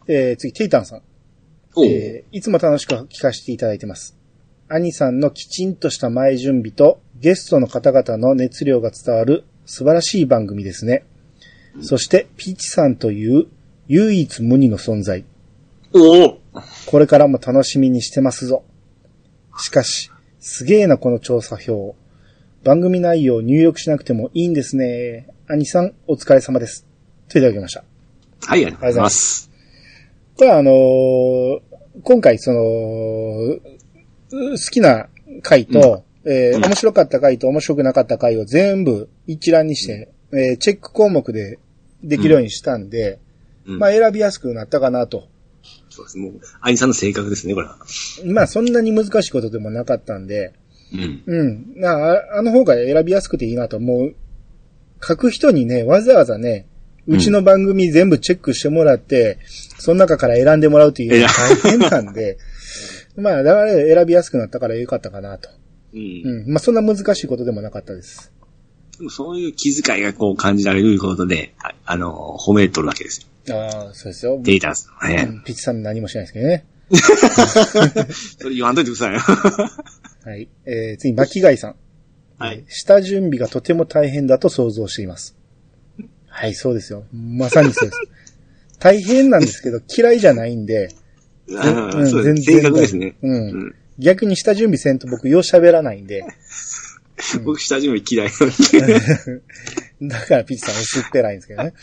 次、テイタンさん。いつも楽しく聞かせていただいてます。兄さんのきちんとした前準備とゲストの方々の熱量が伝わる素晴らしい番組ですね。そして、ピチさんという唯一無二の存在。これからも楽しみにしてますぞ。しかし、すげえなこの調査表。番組内容を入力しなくてもいいんですね。兄さん、お疲れ様です。といただきました。 はい、ありがとうございます。 これは今回好きな回と、面白かった回と面白くなかった回を全部一覧にして、チェック項目でできるようにしたんで、まあ選びやすくなったかなと。 そうです。もう、兄さんの性格ですね、これは。 まあそんなに難しいことでもなかったんで、あの方が選びやすくていいなと。もう、書く人にね、わざわざね、うちの番組全部チェックしてもらって、その中から選んでもらうというのは大変なんで、まあ、だから選びやすくなったからよかったかなと。まあ、そんな難しいことでもなかったです。 でもそういう気遣いがこう感じられることで、褒めとるわけですよ。 ああ、そうですよ。 データス。 ピッチさん何もしないですけどね。 それ言わんといてくださいよ。 はい。次、巻貝さん。はい。下準備がとても大変だと想像しています。はい、そうですよ。まさにそうです。大変なんですけど、嫌いじゃないんで、 全然。正確ですね。 逆に下準備せんと僕よう喋らないんで。 僕下準備嫌いなんで。だからピッチさん薄っぺらいんですけどね。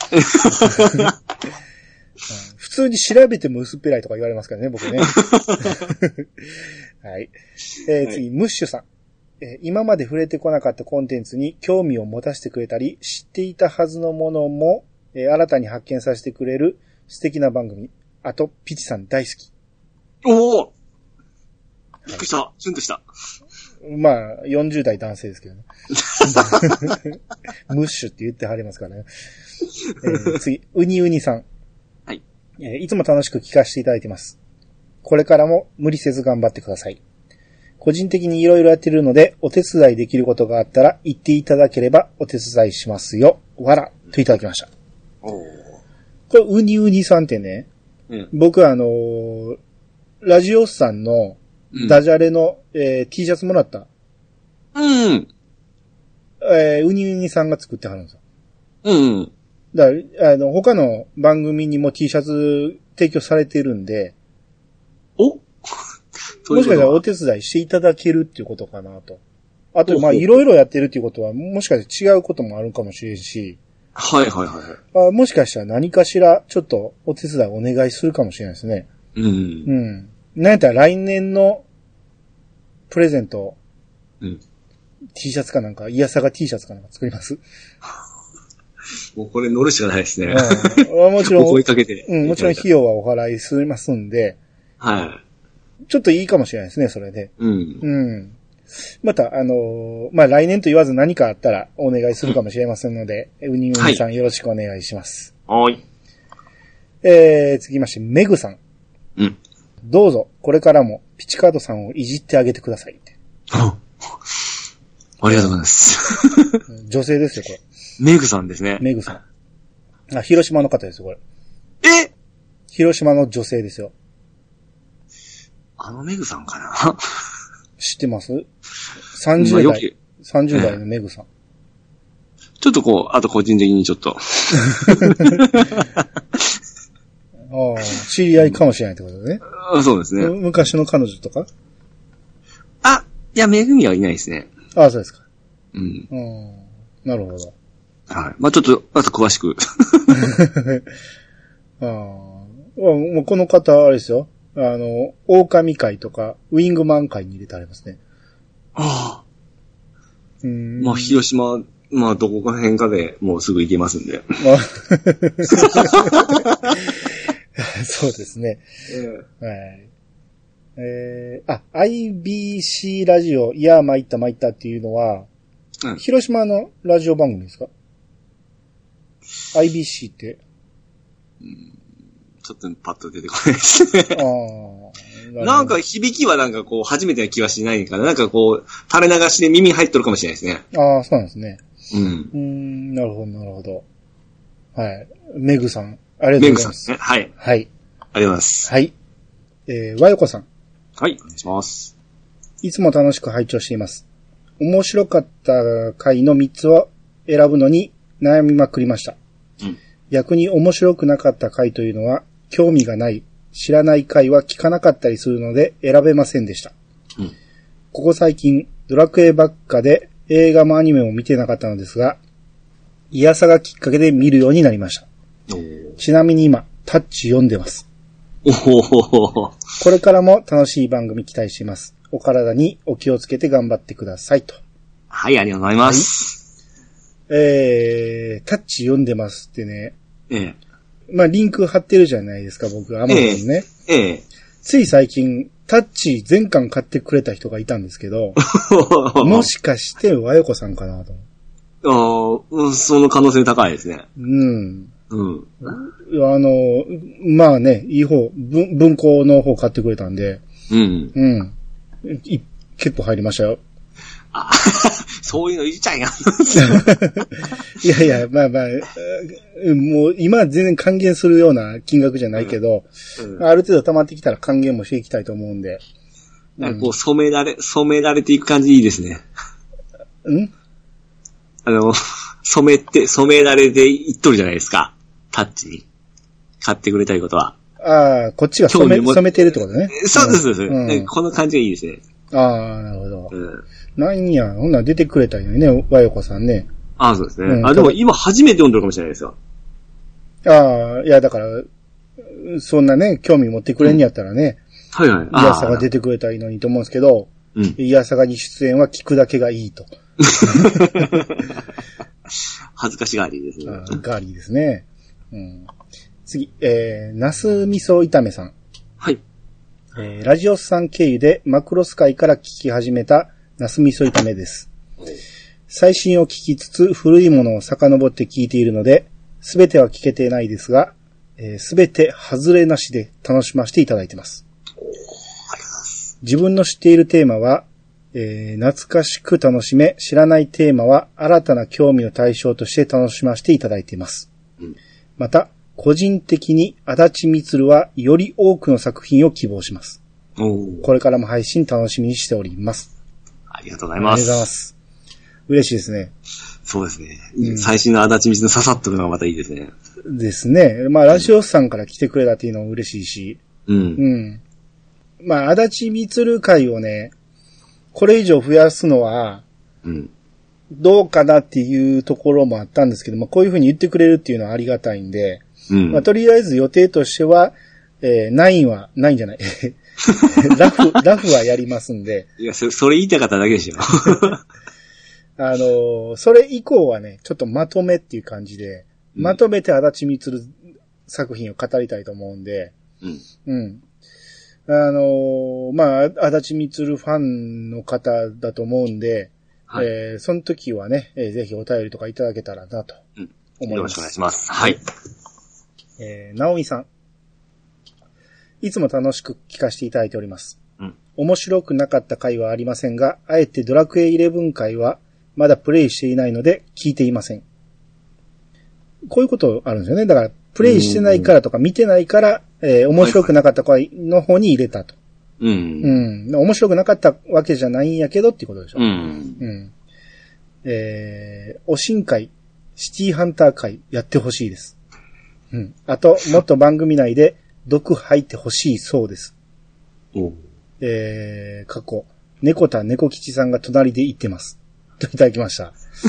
普通に調べても薄っぺらいとか言われますからね、僕ね。はい。次、ムッシュさん。今まで触れてこなかったコンテンツに興味を持たせてくれたり、知っていたはずのものも、新たに発見させてくれる素敵な番組。あと、ピチさん大好き。 おおびっくりした。ツンとした。 まあ、40代男性ですけどね。ムッシュって言ってはりますからね。次、ウニウニさん。 はい。 いつも楽しく聞かせていただいてます。これからも無理せず頑張ってください。個人的にいろいろやってるので、お手伝いできることがあったら言っていただければお手伝いしますよ。わら、といただきました。これ、ウニウニさんってね、僕ラジオスさんのダジャレの、T シャツもらった。ウニウニさんが作ってはるんですよ。だから、他の番組にも T シャツ提供されてるんで、もしかしたらお手伝いしていただけるっていうことかなと。あと、まあ、いろいろやってるっていうことは、もしかして違うこともあるかもしれんし。 はいはいはい。 もしかしたら何かしら、ちょっとお手伝いお願いするかもしれないですね。なんやったら来年のプレゼント、T シャツかなんか、イヤサガ T シャツかなんか作ります。 もうこれ乗るしかないですね。 もちろん、 声かけて。 もちろん費用はお払いしますんで。 はい。 ちょっといいかもしれないですね、それで。また、まあ、来年と言わず何かあったらお願いするかもしれませんので、ウニウニさんよろしくお願いします。 はい。 続きまして、メグさん。どうぞ、これからもピチカードさんをいじってあげてくださいって。 ありがとうございます。 女性ですよ、これ。 メグさんですね。 メグさん。広島の方ですよ、これ。広島の女性ですよ。 メグさんかな知ってます ?30 代。30代のメグさん。 ちょっとあと個人的にちょっと。 知り合いかもしれないってことね。 そうですね。 昔の彼女とかいや、めぐみはいないですね。 そうですか。なるほど。 はい。まあちょっと、あと詳しく。 もうこの方、あれですよ。狼会とか、ウィングマン会に入れてありますね。 まあ、広島、まあ、どこか辺かでもうすぐ行けますんで。 そうですね。はい。IBC ラジオ、いや、参ったっていうのは、広島のラジオ番組ですか？ IBC って。 ちょっとパッと出てこないですね。なんか響きはなんか初めてな気はしないから、なんか垂れ流しで耳入っとるかもしれないですね。 そうなんですね。なるほど、なるほど。はい。メグさん、ありがとうございます。 メグさんね。はい。 はい。 ありがとうございます。 はい。和よこさん。 はい、お願いします。 いつも楽しく拝聴しています。面白かった回の3つを選ぶのに悩みまくりました。うん、逆に面白くなかった回というのは、興味がない、知らない回は聞かなかったりするので選べませんでした。うん、ここ最近、ドラクエばっかで映画もアニメも見てなかったのですが、イヤサがきっかけで見るようになりました。ちなみに今、タッチ読んでます。これからも楽しい番組期待しています。お体にお気をつけて頑張ってくださいと。 はい、ありがとうございます。 はい、タッチ読んでますってね。まあ、リンク貼ってるじゃないですか、僕、アマゾンね。つい最近、タッチ全巻買ってくれた人がいたんですけど、もしかして和よこさんかなと。 その可能性高いですね。 うん。まあね、いい方、文庫の方買ってくれたんで、結構入りましたよ。 そういうの言っちゃいやん。 いやいや、まあまあ、もう今は全然還元するような金額じゃないけど、ある程度溜まってきたら還元もしていきたいと思うんで。 なんかこう染められていく感じいいですね。染められていっとるじゃないですか。タッチに。買ってくれたいことは。 ああ、こっちが染めてるってことね。 そうです。この感じがいいですね。 ああ、なるほど。なんや、ほんなら出てくれたんよね、和よこさんね。 そうですね。でも今初めて読んでるかもしれないですよ。 いや、だから、そんなね、興味持ってくれんやったらね、イヤサが出てくれたらいいのにと思うんですけど、イヤサがに出演は聞くだけがいいと。 恥ずかしがりですね。 ガーリーですね。次、ナス味噌炒めさん。 はい。 ラジオスさん経由でマクロス会から聞き始めたナス味噌炒めです。最新を聞きつつ古いものを遡って聞いているので、すべては聞けてないですが、すべて外れなしで楽しませていただいています。自分の知っているテーマは、懐かしく楽しめ、知らないテーマは新たな興味の対象として楽しませていただいています。また、個人的に足立みつるはより多くの作品を希望します。これからも配信楽しみにしております。 ありがとうございます。 ありがとうございます。嬉しいですね。 そうですね。最新の足立みつるの刺さっとるのがまたいいですね。 ですね。まあ、ラジオスさんから来てくれたっていうのも嬉しいし。まあ、足立みつる会をね、これ以上増やすのは、どうかなっていうところもあったんですけども、こういうふうに言ってくれるっていうのはありがたいんで、まあ、とりあえず予定としては、ないんじゃない。ラフはやりますんで。 いや、それ言いたかっただけでしょ。それ以降はね、ちょっとまとめっていう感じで、まとめて足立みつる作品を語りたいと思うんで、まあ、足立みつるファンの方だと思うんで、その時はね、ぜひお便りとかいただけたらなと思います。 よろしくお願いします。はい。 なおみさん。いつも楽しく聞かせていただいております。面白くなかった回はありませんが、あえてドラクエ11回はまだプレイしていないので聞いていません。こういうことあるんですよね。だから、プレイしてないからとか見てないから、面白くなかった回の方に入れたと。面白くなかったわけじゃないんやけどっていうことでしょ。おしん会、シティハンター会やってほしいです。あと、もっと番組内で毒吐いてほしいそうです。過去、猫田猫吉さんが隣で言ってます。といただきました。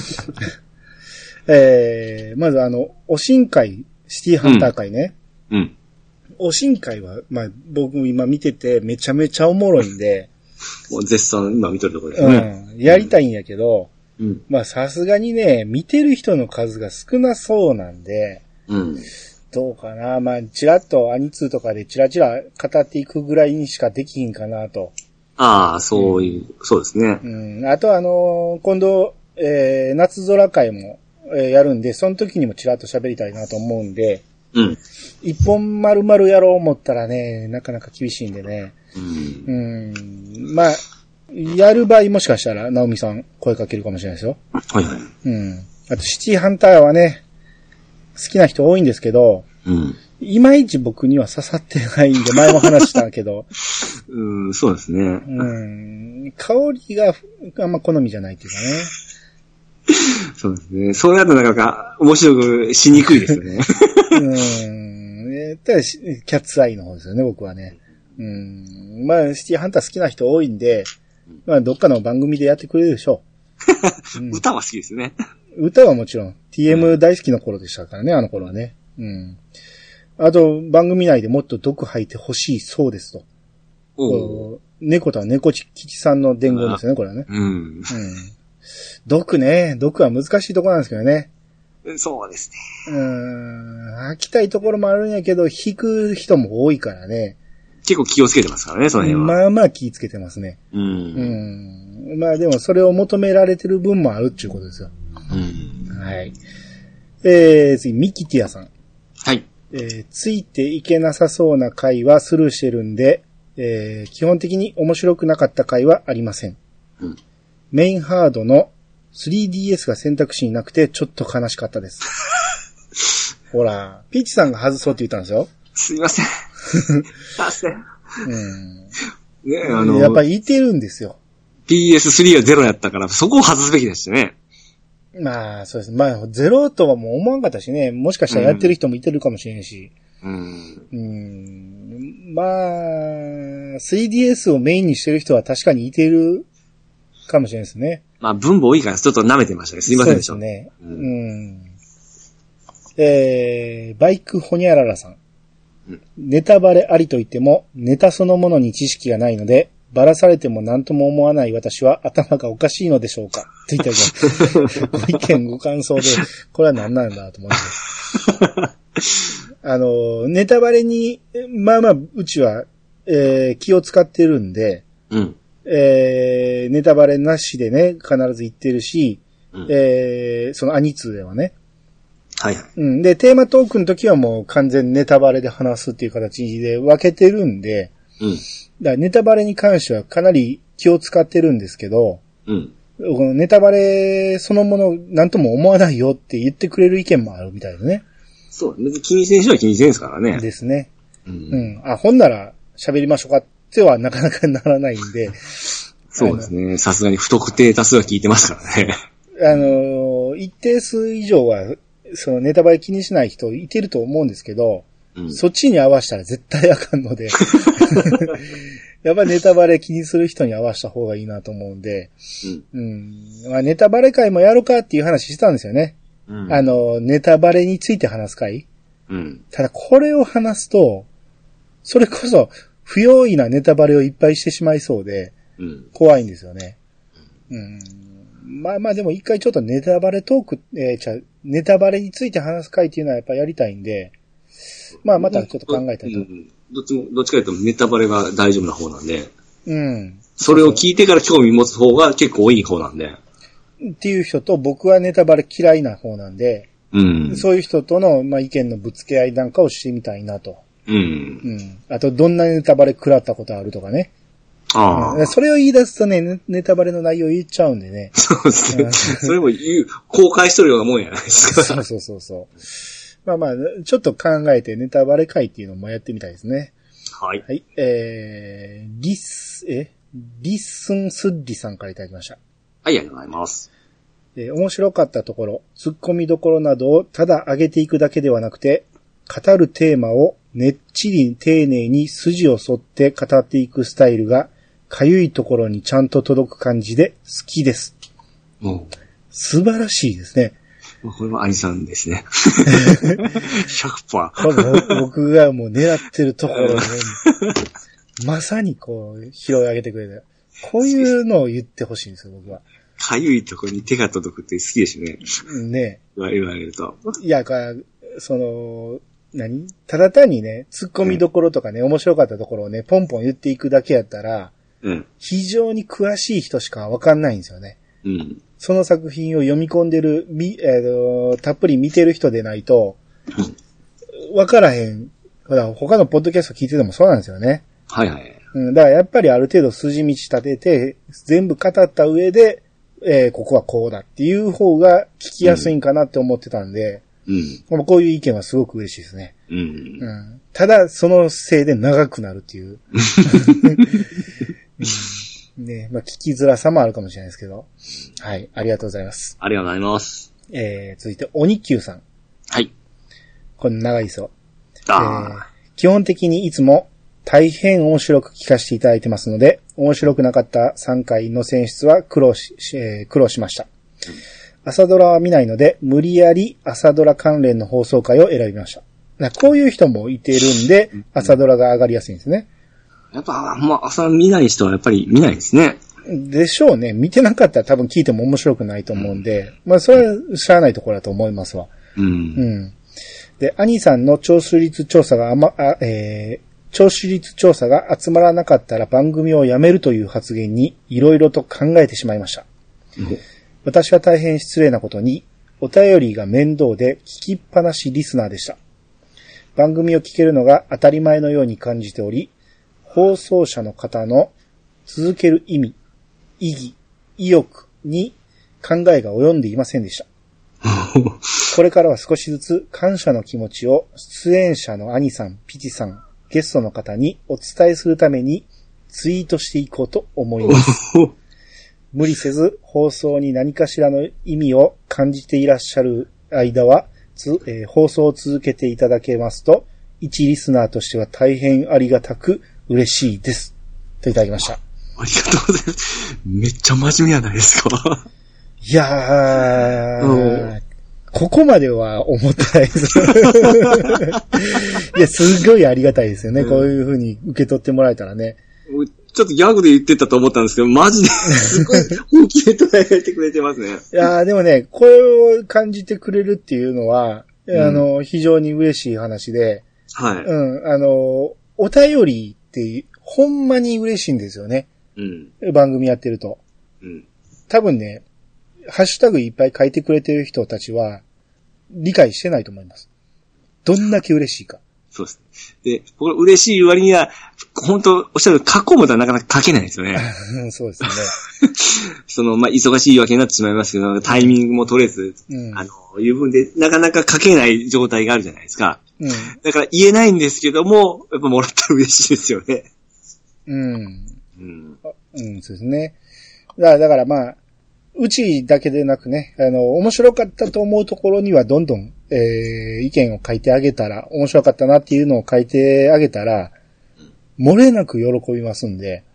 まずおしん会、シティハンター会ね。おしん会は、まあ、僕今見ててめちゃめちゃおもろいんで。 もう絶賛今見とるところですね。 やりたいんやけど、まあさすがにね、見てる人の数が少なそうなんで、どうかな。まあ、チラッとアニツーとかでチラチラ語っていくぐらいにしかできひんかなと。 そうですね。 あと今度、夏空会も、やるんで、その時にもチラッと喋りたいなと思うんで、一本丸々やろう思ったらね、なかなか厳しいんでね。まあ、やる場合もしかしたら、ナオミさん声かけるかもしれないですよ。あと、シティハンターはね、好きな人多いんですけど、 いまいち僕には刺さってないんで、前も話したけど。 そうですね。 香りがあんま好みじゃないっていうかね。 そうですね。そうやるとなかなか面白くしにくいですよね。 ただキャッツアイの方ですよね、僕はね。まあ、シティハンター好きな人多いんで、まあ、どっかの番組でやってくれるでしょう。歌は好きですね。 歌はもちろん、TM 大好きな頃でしたからね、あの頃はね。あと、番組内でもっと毒吐いてほしいそうですと。猫とは猫吉さんの伝言ですよね、これはね。毒は難しいところなんですけどね。 そうですね。 吐きたいところもあるんやけど、引く人も多いからね。 結構気をつけてますからね、その辺は。 まあまあ気をつけてますね。まあでもそれを求められてる分もあるっていうことですよ。はい。次、ミキティアさん。 はい。 ついていけなさそうな回はスルーしてるんで、基本的に面白くなかった回はありません。メインハードの 3DS が選択肢になくてちょっと悲しかったです。ほら、ピーチさんが外そうって言ったんですよ。 すいません。すいません。 やっぱりいてるんですよ。 PS3 はゼロやったから、そこを外すべきでしたね。 まあ、そうです。まあ、ゼロとはもう思わんかったしね。もしかしたらやってる人もいてるかもしれんし。まあ、3DS をメインにしてる人は確かにいてるかもしれないですね。 まあ、分母多いからちょっと舐めてましたね。すいませんでした。 そうですね。バイクホニャララさん。ネタバレありと言っても、ネタそのものに知識がないので、バラされても何とも思わない私は頭がおかしいのでしょうかって言ったりご意見ご感想で、これは何なんだと思って。ネタバレに、まあまあ、うちは、気を使ってるんで、ネタバレなしでね、必ず言ってるし、そのアニツーではね。 はいはい。 で、テーマトークの時はもう完全ネタバレで話すっていう形で分けてるんで、だからネタバレに関してはかなり気を使ってるんですけど、ネタバレそのものなんとも思わないよって言ってくれる意見もあるみたいでね。 そう、別に気にせん人は気にせんですからね。 ですね。ほんなら喋りましょうかってはなかなかならないんで。 そうですね。さすがに不特定多数は聞いてますからね。 一定数以上は、そのネタバレ気にしない人いてると思うんですけど、そっちに合わせたら絶対あかんので、やっぱりネタバレ気にする人に合わせた方がいいなと思うんで、まあ、ネタバレ会もやろうかっていう話してたんですよね。ネタバレについて話す会。ただこれを話すと、それこそ不用意なネタバレをいっぱいしてしまいそうで、怖いんですよね。まあまあでも一回ちょっとネタバレトーク、ネタバレについて話す会っていうのはやっぱやりたいんで、まあまたちょっと考えたいと。 どっちかというとネタバレが大丈夫な方なんで、それを聞いてから興味持つ方が結構多い方なんで。 っていう人と僕はネタバレ嫌いな方なんで、そういう人との、まあ、意見のぶつけ合いなんかをしてみたいなと。あとどんなネタバレ食らったことあるとかね。それを言い出すとね、ネタバレの内容言っちゃうんでね。 そうですね。それも公開しとるようなもんやないですか。 そう。まあまあ、ちょっと考えてネタバレ会っていうのもやってみたいですね。 はい。 はい。リッスンスッリさんからいただきました。 はい、ありがとうございます。 面白かったところ、突っ込みどころなどをただ上げていくだけではなくて、語るテーマをねっちり丁寧に筋を沿って語っていくスタイルが、かゆいところにちゃんと届く感じで好きです。素晴らしいですね。 これは兄さんですね。100%。 僕がもう狙ってるところを、ね、まさにこう拾い上げてくれた。こういうのを言ってほしいんですよ、僕は。 かゆいところに手が届くって好きですね。 ね。 言われると。 いや、ただ単にね、突っ込みどころとかね、面白かったところをね、ポンポン言っていくだけやったら、非常に詳しい人しかわかんないんですよね。その作品を読み込んでる、たっぷり見てる人でないと、わからへん。他のポッドキャスト聞いててもそうなんですよね。 はいはい。 だからやっぱりある程度筋道立てて、全部語った上で、ここはこうだっていう方が聞きやすいんかなって思ってたんで、 うん。 こういう意見はすごく嬉しいですね。 うん。 うん、ただ、そのせいで長くなるっていう。ね、まあ、聞きづらさもあるかもしれないですけど。はい、ありがとうございます。 ありがとうございます。 続いて、おにきゅうさん。 はい。 これ長いですよ。 あ基本的にいつも大変面白く聞かせていただいてますので、面白くなかった3回の選出は苦労しました。朝ドラは見ないので、無理やり朝ドラ関連の放送回を選びました。こういう人もいてるんで、朝ドラが上がりやすいんですね。 やっぱ、まあ、朝見ない人はやっぱり見ないですね。 でしょうね。見てなかったら多分聞いても面白くないと思うんで、まあ、それはしゃあないところだと思いますわ。 うん。 で、兄さんの聴取率調査が集まらなかったら番組をやめるという発言にいろいろと考えてしまいました。私は大変失礼なことに、お便りが面倒で聞きっぱなしリスナーでした。番組を聞けるのが当たり前のように感じており、放送者の方の続ける意味、意義、意欲に考えが及んでいませんでした。これからは少しずつ感謝の気持ちを出演者の兄さん、ピチさん、ゲストの方にお伝えするためにツイートしていこうと思います。無理せず放送に何かしらの意味を感じていらっしゃる間は、放送を続けていただけますと、一リスナーとしては大変ありがたく嬉しいです。といただきました。 ありがとうございます。めっちゃ真面目やないですか。 いやー、ここまでは思ってないです。いや、すごいありがたいですよね。こういう風に受け取ってもらえたらね。 ちょっとギャグで言ってたと思ったんですけど、マジですごい本気で捉えてくれてますね。 いやー、でもね、これを感じてくれるっていうのは、非常に嬉しい話で、 はい。 お便りってほんまに嬉しいんですよね。番組やってると。多分ね、ハッシュタグいっぱい書いてくれてる人たちは理解してないと思います。どんだけ嬉しいか。 そうです。で、僕は嬉しい割には、本当おっしゃる書こうもとはなかなか書けないですよね。 そうですね。 忙しいわけになってしまいますけど、タイミングも取れず、いう分で、なかなか書けない状態があるじゃないですか。だから言えないんですけども、やっぱもらったら嬉しいですよね。 そうですね。だからまあ、うちだけでなくね、面白かったと思うところにはどんどん、意見を書いてあげたら、面白かったなっていうのを書いてあげたら、漏れなく喜びますんで、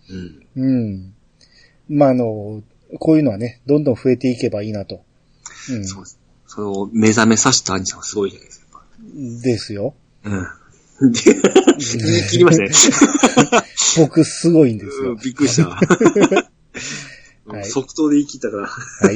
まあこういうのはね、どんどん増えていけばいいなと。 そうです。それを目覚めさせた兄さんはすごいじゃないですか。 ですよ。 言い切りましたね。 僕すごいんですよ。 びっくりした。即答で言い切ったから。 はい。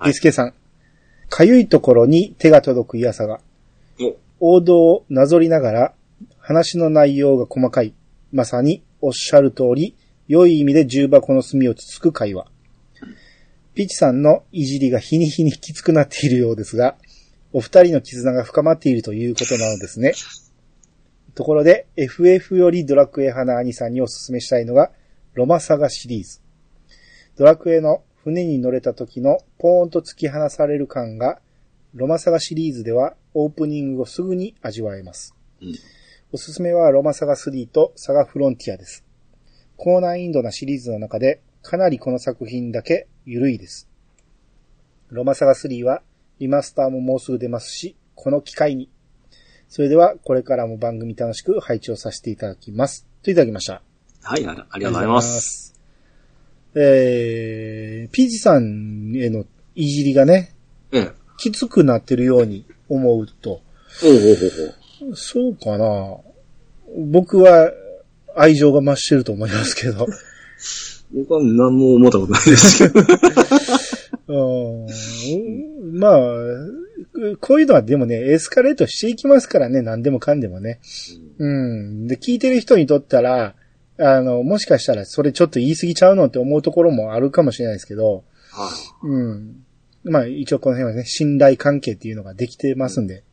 ピスケさん。かゆいところに手が届く嫌さが。王道をなぞりながら、話の内容が細かい。まさにおっしゃる通り、良い意味で重箱の隅をつつく会話。ピチさんのいじりが日に日にきつくなっているようですが、お二人の絆が深まっているということなのですね。ところで、FF よりドラクエ派な兄さんにお勧めしたいのが、ロマサガシリーズ。ドラクエの船に乗れた時のポーンと突き放される感が、ロマサガシリーズではオープニングをすぐに味わえます。おすすめはロマサガ3とサガフロンティアです。高難易度なシリーズの中で、かなりこの作品だけ緩いです。ロマサガ3はリマスターももうすぐ出ますし、この機会に。それではこれからも番組楽しく拝聴させていただきます。といただきました。 はい、ありがとうございます。 ピーチさんへのいじりがね、きつくなってるように思うと、そうかな。僕は愛情が増してると思いますけど。 僕は何も思ったことないですけど。 まあ、こういうのはでもね、エスカレートしていきますからね、何でもかんでもね。で、聞いてる人にとったら、もしかしたらそれちょっと言い過ぎちゃうのって思うところもあるかもしれないですけど、まあ一応この辺はね、信頼関係っていうのができてますんで、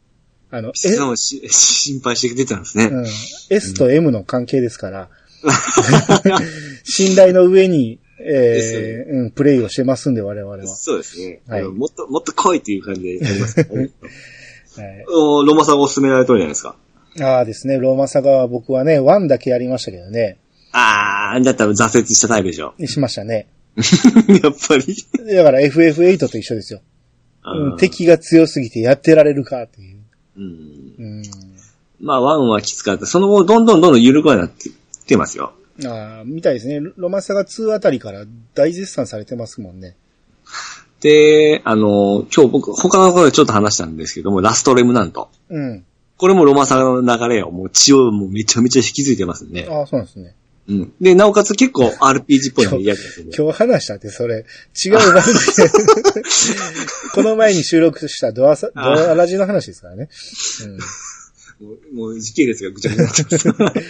心配して出たんですね。 S と M の関係ですから、信頼の上に、プレイをしてますんで、我々は。 そうですね。 はい。 もっと来いっていう感じでやりますね。 ロマサガおすすめられとるじゃないですか。 ああですね、ロマサガは僕はね、1だけやりましたけどね。 だったら挫折したタイプでしょ。 しましたね。 やっぱり。 だから FF8 と一緒ですよ。敵が強すぎてやってられるかっていう。 まあ、1はきつかった。その後、どんどん緩くなってきてますよ。 みたいですね。ロマサガ2あたりから大絶賛されてますもんね。 で、今日僕、他のことでちょっと話したんですけども、ラストレムナント。これもロマサガの流れをもう血をもうめちゃめちゃ引き継いでますね。 そうなんですね。 で、なおかつ結構 RPG っぽいのやつですね。 今日話したってそれ、違う番組この前に収録したドアラジの話ですからね。 もう時系列がぐちゃぐちゃになってます。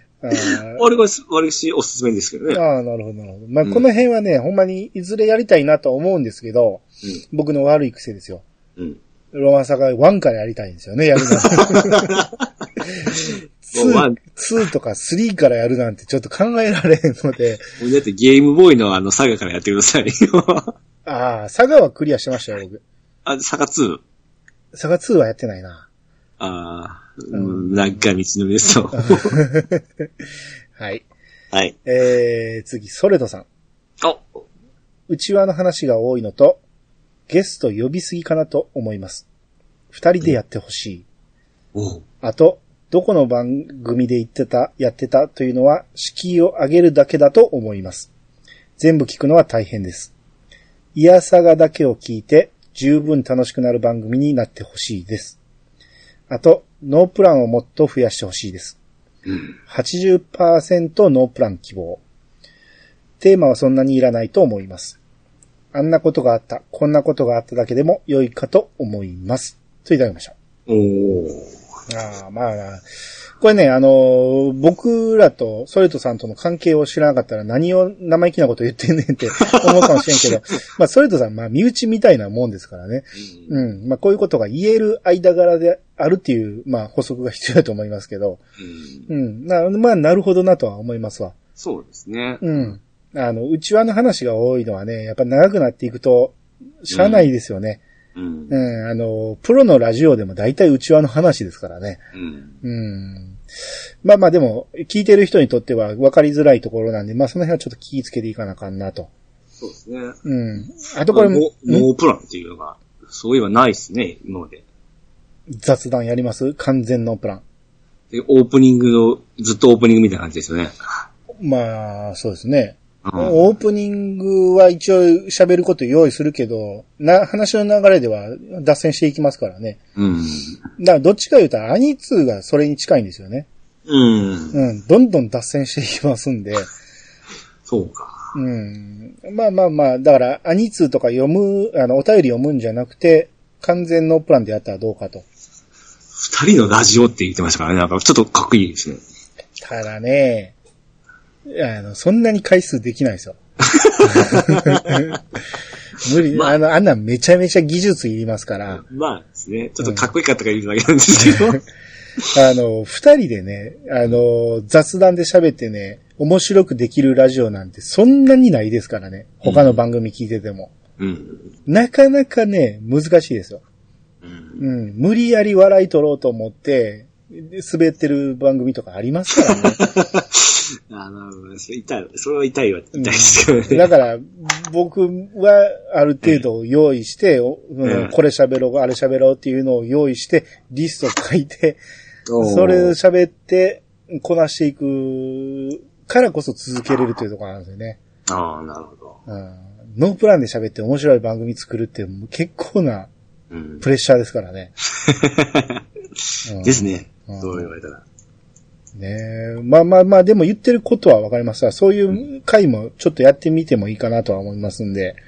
私おすすめですけどね。 なるほど、なるほど。まあ、この辺はね、ほんまにいずれやりたいなとは思うんですけど、僕の悪い癖ですよ。ロマサガ1からやりたいんですよね、やるの。2とか3からやるなんてちょっと考えられへんので。 だってゲームボーイのサガからやってくださいよ。 サガはクリアしてましたよ、僕。 サガ 2？ サガ2はやってないな。 長い道のりですと。 はい。 はい。 次、ソレドさん。内輪の話が多いのと、ゲスト呼びすぎかなと思います。2人でやってほしい。あと、どこの番組でやってたというのは、敷居を上げるだけだと思います。全部聞くのは大変です。イヤサガだけを聞いて、十分楽しくなる番組になってほしいです。あと、ノープランをもっと増やしてほしいです。80% ノープラン希望。テーマはそんなにいらないと思います。あんなことがあった、こんなことがあっただけでも良いかと思います。といただきました。これね、僕らとソレトさんとの関係を知らなかったら何を生意気なこと言ってんねんって思うかもしれんけど、まあ、ソレトさん、身内みたいなもんですからね。こういうことが言える間柄であるっていう、補足が必要だと思いますけど、なるほどなとは思いますわ。 そうですね。 内輪の話が多いのはね、やっぱ長くなっていくと、しゃあないですよね。プロのラジオでも大体内輪の話ですからね。でも、聞いてる人にとっては分かりづらいところなんで、その辺はちょっと気ぃつけていかなあかんなと。 そうですね。 あとこれノープランっていうのが、そういえばないですね、今まで。 雑談やります？完全ノープラン。 オープニングの、ずっとオープニングみたいな感じですよね。 そうですね。オープニングは一応喋ること用意するけど、話の流れでは脱線していきますからね。だからどっちか言うとアニツーがそれに近いんですよね。どんどん脱線していきますんで。 そうか。 だからアニツーとかお便り読むんじゃなくて、完全ノープランでやったらどうかと。 二人のラジオって言ってましたからね。なんかちょっとかっこいいですね。 ただね、そんなに回数できないですよ。無理、あんなめちゃめちゃ技術いりますから。 ですね。ちょっとかっこいいかったから言うだけなんですけど。 二人でね、雑談で喋ってね、面白くできるラジオなんてそんなにないですからね。他の番組聞いてても。なかなかね、難しいですよ。無理やり笑い取ろうと思って、滑ってる番組とかありますからね。 それは痛いですけどね。 だから、僕はある程度用意して、これ喋ろう、あれ喋ろうっていうのを用意して、リスト書いて、それを喋って、こなしていくからこそ続けれるというところなんですよね。 なるほど。 ノープランで喋って面白い番組作るって結構なプレッシャーですからね。 ですね。そう言われたら。 でも言ってることはわかりますが、そういう回もちょっとやってみてもいいかなとは思いますんで。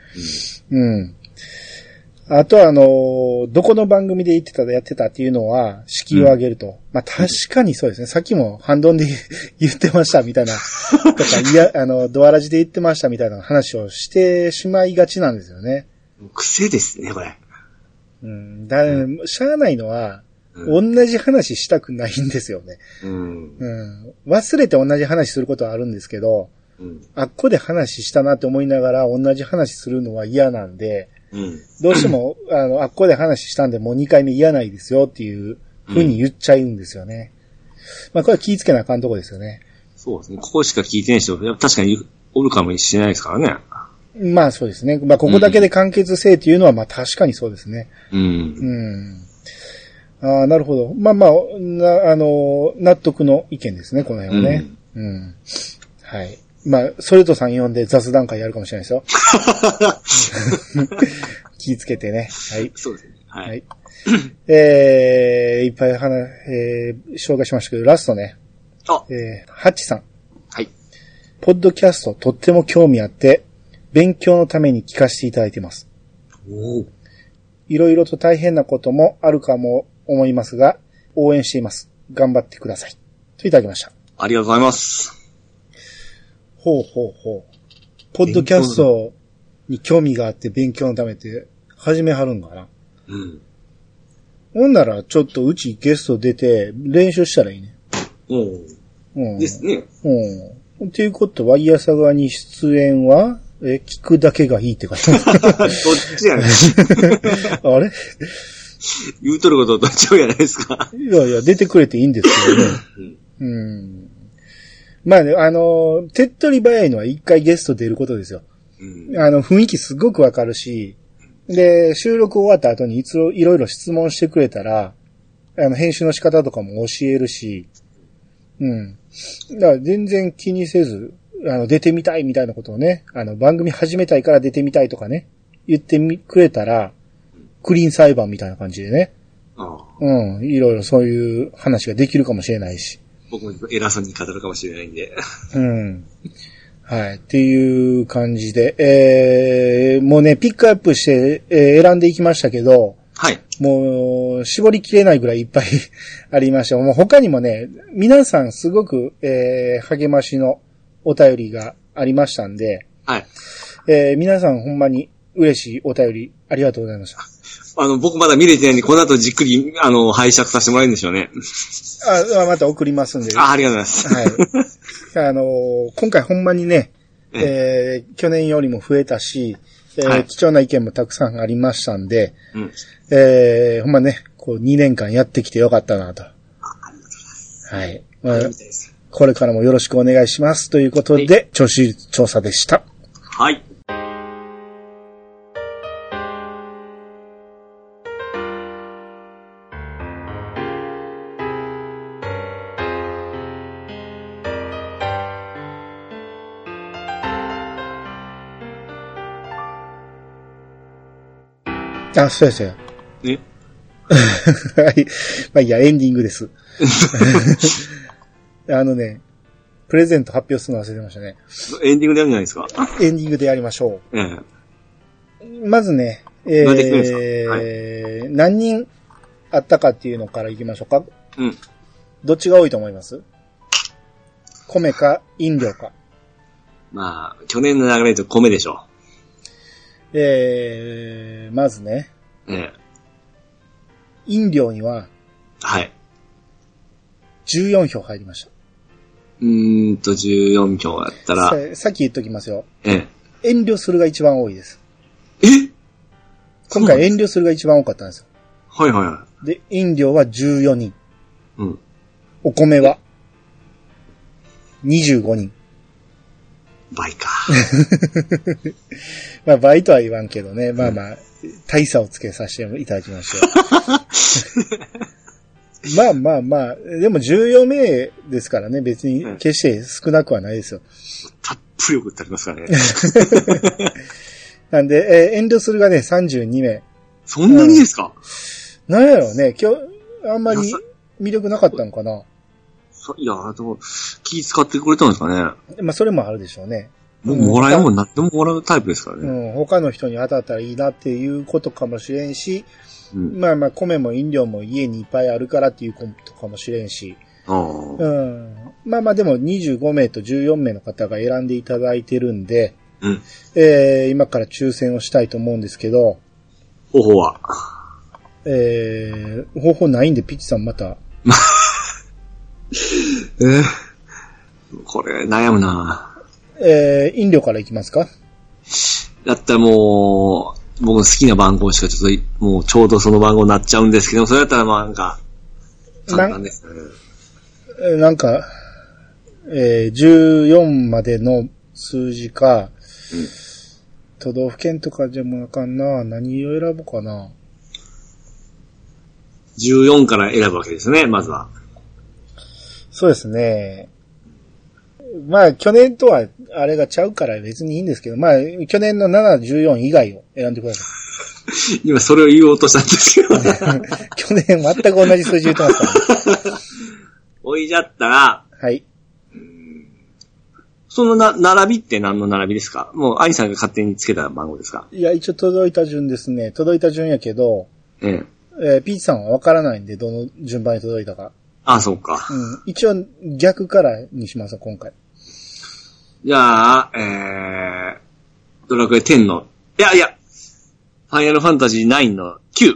あとはどこの番組でやってたっていうのは、敷居を上げると。確かにそうですね。さっきもハンドンで言ってましたみたいな、とか、ドアラジで言ってましたみたいな話をしてしまいがちなんですよね。 癖ですね、これ。 しゃあないのは、同じ話したくないんですよね。忘れて同じ話することはあるんですけど、あっこで話したなって思いながら同じ話するのは嫌なんで、 うん、 どうしても、ここで話したんでもう2回目言わないですよっていう風に言っちゃうんですよね。まあこれは気ぃつけなあかんとこですよね。 そうですね。ここしか聞いてない人、確かにおるかもしれないですからね。 まあそうですね。まあここだけで完結せえっていうのはまあ確かにそうですね。 うん。 ああ、なるほど。まあまあ、納得の意見ですね、この辺はね。はい。まあ、ソルトさん呼んで雑談会やるかもしれないですよ。気ぃつけてね。はい。 そうですね。はい。 いっぱい紹介しましたけど、ラストね。ハッチさん。 はい。 ポッドキャストとっても興味あって、勉強のために聞かせていただいています。いろいろと大変なこともあるかも思いますが、応援しています。頑張ってください。といただきました。 ありがとうございます。 ほう。ポッドキャストに興味があって勉強のためって始めはるんかな。ほんならちょっとうちゲスト出て練習したらいいね。 ですね。 っていうことは、イヤサガに出演は、聞くだけがいいって書いてます。 どっちやねん。 あれ言うとることと違うやないですか。 いや、出てくれていいんですけどね。まあね、手っ取り早いのは一回ゲスト出ることですよ。雰囲気すごくわかるし、で、収録終わった後にいろいろ質問してくれたら、編集の仕方とかも教えるし、だから全然気にせず、出てみたいみたいなことをね、番組始めたいから出てみたいとかね、言ってくれたら、クリーン裁判みたいな感じでね。いろいろそういう話ができるかもしれないし。 僕も偉そうに語るかもしれないんで。 はい。っていう感じで、もうね、ピックアップして、選んでいきましたけど、 はい。 もう、絞りきれないぐらいいっぱいありました。もう他にもね、皆さんすごく、励ましのお便りがありましたんで、 はい。 皆さんほんまに嬉しいお便りありがとうございました。 僕まだ見れてないんで、この後じっくり、拝借させてもらえるんでしょうね。 また送りますんで。 ありがとうございます。はい。今回ほんまにね、去年よりも増えたし、貴重な意見もたくさんありましたんで、ほんまね、こう2年間やってきてよかったなと。はい。これからもよろしくお願いしますということで、聴取率調査でした。 はい。 そうですよ。 はい。 まあいいや、エンディングです。プレゼント発表するの忘れてましたね。 エンディングでやるんじゃないですか。 エンディングでやりましょう。まずね、何人あったかっていうのからいきましょうか。どっちが多いと思います？米か飲料か。 まあ、去年の流れで米でしょう。まずね。飲料には。 はい。 14票入りました。 14票だったら。 さっき言っときますよ。遠慮するが一番多いです。今回遠慮するが一番多かったんですよ。 はいはい。 で、飲料は14人。お米は25人。 倍か。 まあ倍とは言わんけどね。まあまあ、大差をつけさせていただきました。まあ、でも14名ですからね、別に決して少なくはないですよ。 たっぷり送ってありますからね。 なんで、遠慮するがね、32名。 そんなにですか？ なんやろうね、今日、あんまり魅力なかったのかな。 いや、でも、気使ってくれたんですかね。 まあ、それもあるでしょうね。 もらえもん何でももらうタイプですからね。 他の人に当たったらいいなっていうことかもしれんし、まあまあ、米も飲料も家にいっぱいあるからっていうことかもしれんし。まあまあ、でも25名と14名の方が選んでいただいてるんで、今から抽選をしたいと思うんですけど。 方法は方法ないんで、ピッチさんまた。 これ、悩むな。 飲料からいきますか？ だったらもう、 僕の好きな番号しかちょっと、もうちょうどその番号になっちゃうんですけど、それだったらまあなんか、簡単ですね。 なんか、14までの数字か、都道府県とかでもあかんな。何を選ぶかな。 14から選ぶわけですね、まずは。 そうですね。まあ、去年とはあれがちゃうから別にいいんですけど、まあ、去年の7、14以外を選んでください。今それを言おうとしたんですけど。 去年全く同じ数字言ってますからね。 おいじゃったら、 はい。 その並びって何の並びですか？もう、アニさんが勝手につけた番号ですか？ いや、一応届いた順ですね。届いた順やけど、ピーチさんはわからないんで、どの順番に届いたか。 あ、そうか。 一応逆からにします、今回。 じゃあ、ドラクエ10の、いや、ファイナルファンタジー9の9。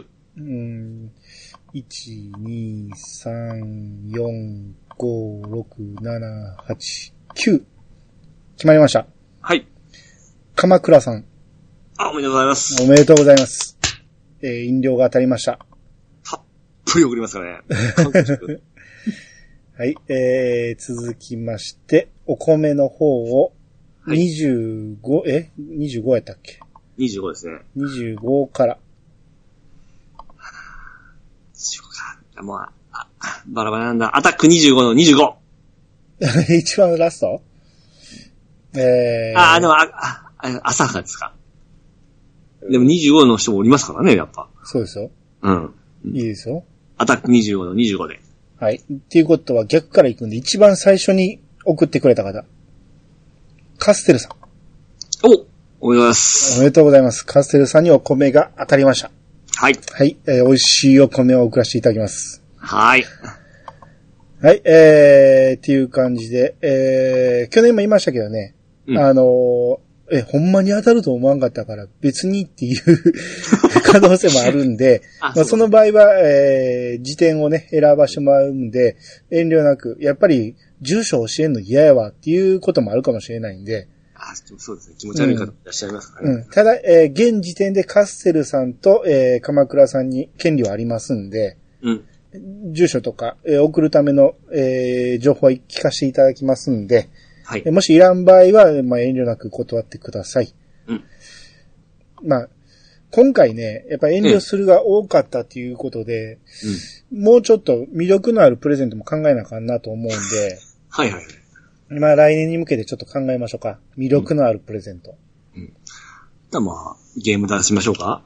1、2、3、4、5、6、7、8、9。決まりました。 はい。 鎌倉さん。 おめでとうございます。 おめでとうございます。飲料が当たりました。 たっぷり送りますからね。 はい、続きまして、お米の方を25、25やったっけ？ 25 ですね。 25から。 25か。もう、バラバラなんだ。アタック25の25。 一番ラスト？ でも、浅はかですか。でも25の人もおりますからね、やっぱ。 そうですよ。いいですよ。 アタック25の25で。 はい。っていうことは逆から行くんで、一番最初に送ってくれた方。カステルさん。 おめでとうございます。 おめでとうございます。カステルさんにお米が当たりました。 はい。 はい。美味しいお米を送らせていただきます。 はい。 はい。っていう感じで、去年も言いましたけどね。ほんまに当たると思わんかったから別にっていう可能性もあるんで、その場合は、辞典をね、選ばしてもらうんで、遠慮なく、やっぱり住所教えんの嫌やわっていうこともあるかもしれないんで。 そうですね。気持ち悪い方いらっしゃいますからね。 ただ、現時点でカッセルさんと、鎌倉さんに権利はありますんで、住所とか、送るための、情報は聞かせていただきますんで、はい、もしいらん場合は、遠慮なく断ってください。今回ね、やっぱ遠慮するが多かったということで、もうちょっと魅力のあるプレゼントも考えなあかんなと思うんで、 はいはい。 来年に向けてちょっと考えましょうか。魅力のあるプレゼント。 ゲーム出しましょうか。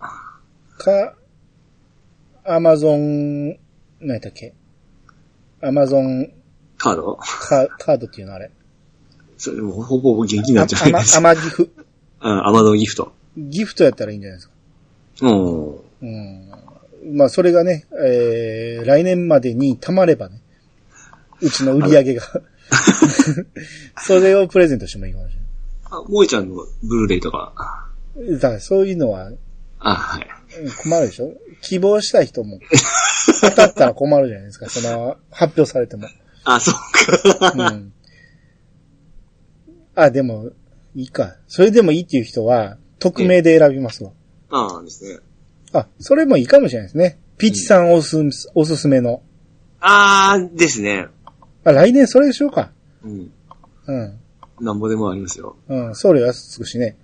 アマゾン、何やったっけ？アマゾンカードカードっていうのあれ。 それもほぼ現金になっちゃう。 アマギフ。 アマゾンギフト。 ギフトやったらいいんじゃないですか。それがね、来年までに貯まればね、うちの売り上げが。それをプレゼントしてもいいかもしれない。 萌ちゃんのブルーレイとか。 だからそういうのは、 はい。 困るでしょ？希望した人も、当たったら困るじゃないですか、発表されても。 そうか。 でも、いいか。それでもいいっていう人は、匿名で選びますわ。 ですね。 それもいいかもしれないですね。ピーチさんおすすめの。 ですね。 来年それでしょうか。 なんぼでもありますよ。 送料安くしね。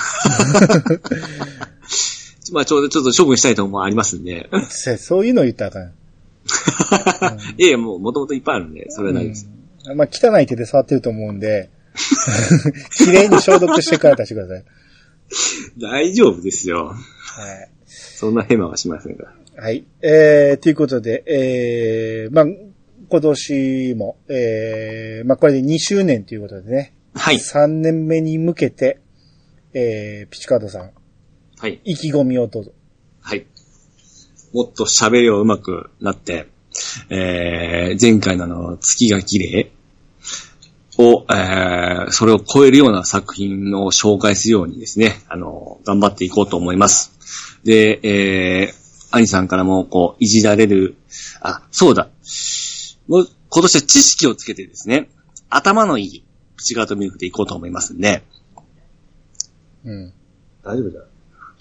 ちょうどちょっと処分したいともありますんで。 そういうの言ったらあかん。 いやいや、もともといっぱいあるんで、それはないです。 汚い手で触ってると思うんで、綺麗に消毒してから出してください。 大丈夫ですよ。そんなヘマはしませんが。 はい。ということで、今年も、これで2周年ということでね。 はい。 3年目に向けて、ピチカードさん。 はい。 意気込みをどうぞ。 はい。もっと喋りを上手くなって、前回の月が綺麗を、それを超えるような作品を紹介するようにですね、頑張っていこうと思います。で、兄さんからも、いじられる、そうだ。もう、今年は知識をつけてですね、頭のいいプチガートミルクでいこうと思いますんで。 大丈夫だ。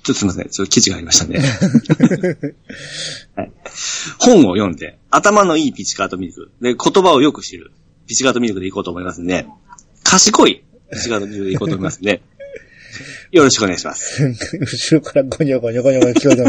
ちょっとすみません。ちょっと記事がありましたね。はい。本を読んで、頭のいいピチカートミルク。で、言葉をよく知る。ピチカートミルクでいこうと思いますんで、賢いピチカートミルクでいこうと思いますんで、よろしくお願いします。 後ろからゴニョゴニョゴニョゴニョ聞こえてます。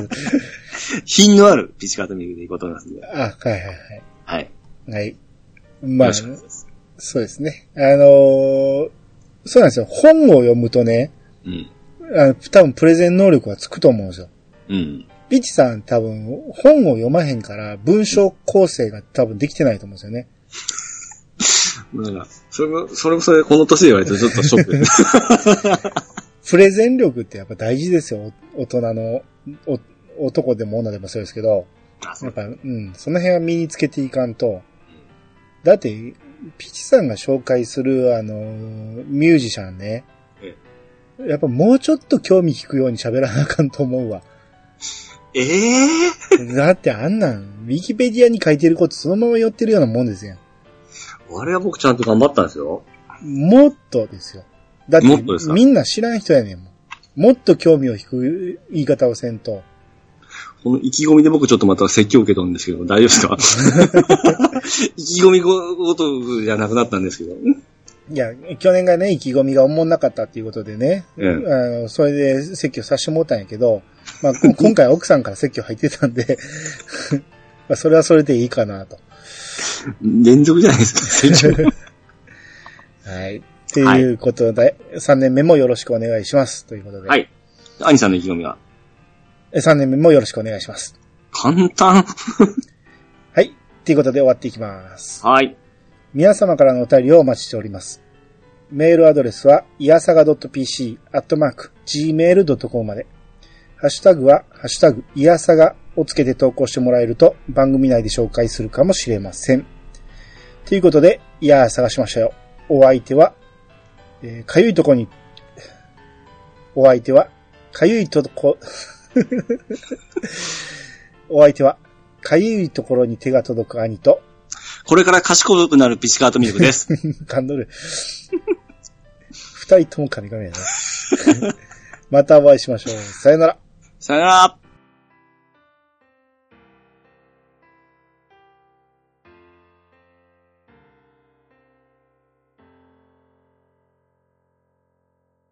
品のあるピチカートミルクでいこうと思いますんで。 あ、はいはいはい。 はい。 はい。まあ、そうですね。そうなんですよ。本を読むとね、うん。多分プレゼン能力はつくと思うんですよ。うん。ピチさん多分本を読まへんから文章構成が多分できてないと思うんですよね。 なんか、それ、この年で言われてちょっとショックです。 プレゼン力ってやっぱ大事ですよ。大人の、男でも女でもそうですけど。やっぱ、うん、その辺は身につけていかんと。だって、ピチさんが紹介するミュージシャンね。やっぱもうちょっと興味引くように喋らなあかんと思うわ。だってあんなん、ウィキペディアに書いてることそのまま寄ってるようなもんですよ。 あれは僕ちゃんと頑張ったんですよ。 もっとですよ。だってみんな知らん人やねんもん。もっと興味を引く言い方をせんと。 この意気込みで僕ちょっとまた説教を受けたんですけど、大丈夫ですか？意気込みごとじゃなくなったんですけど。 いや、去年がね、意気込みが思んなかったっていうことでね、それで説教させてもらったんやけど、まあ、今回奥さんから説教入ってたんで、まあそれはそれでいいかなと。 連続じゃないですか、説教。 はい。ということで、はい、3年目もよろしくお願いします。ということで。 はい。兄さんの意気込みは 3年目もよろしくお願いします。 簡単。 はい。ということで終わっていきます。 はい。 皆様からのお便りをお待ちしております。メールアドレスは、いやさが .pc@gmail.com まで。ハッシュタグは、ハッシュタグ、いやさがをつけて投稿してもらえると、番組内で紹介するかもしれません。ということで、いやー探しましたよ。お相手は、かゆいとこに、お相手は、かゆいとこ、お相手は、かゆいところに手が届く兄と、 これから賢くなるピチカートミルクです。 噛んどる。二人とも噛み噛みやな。またお会いしましょう。さよなら。 さよなら。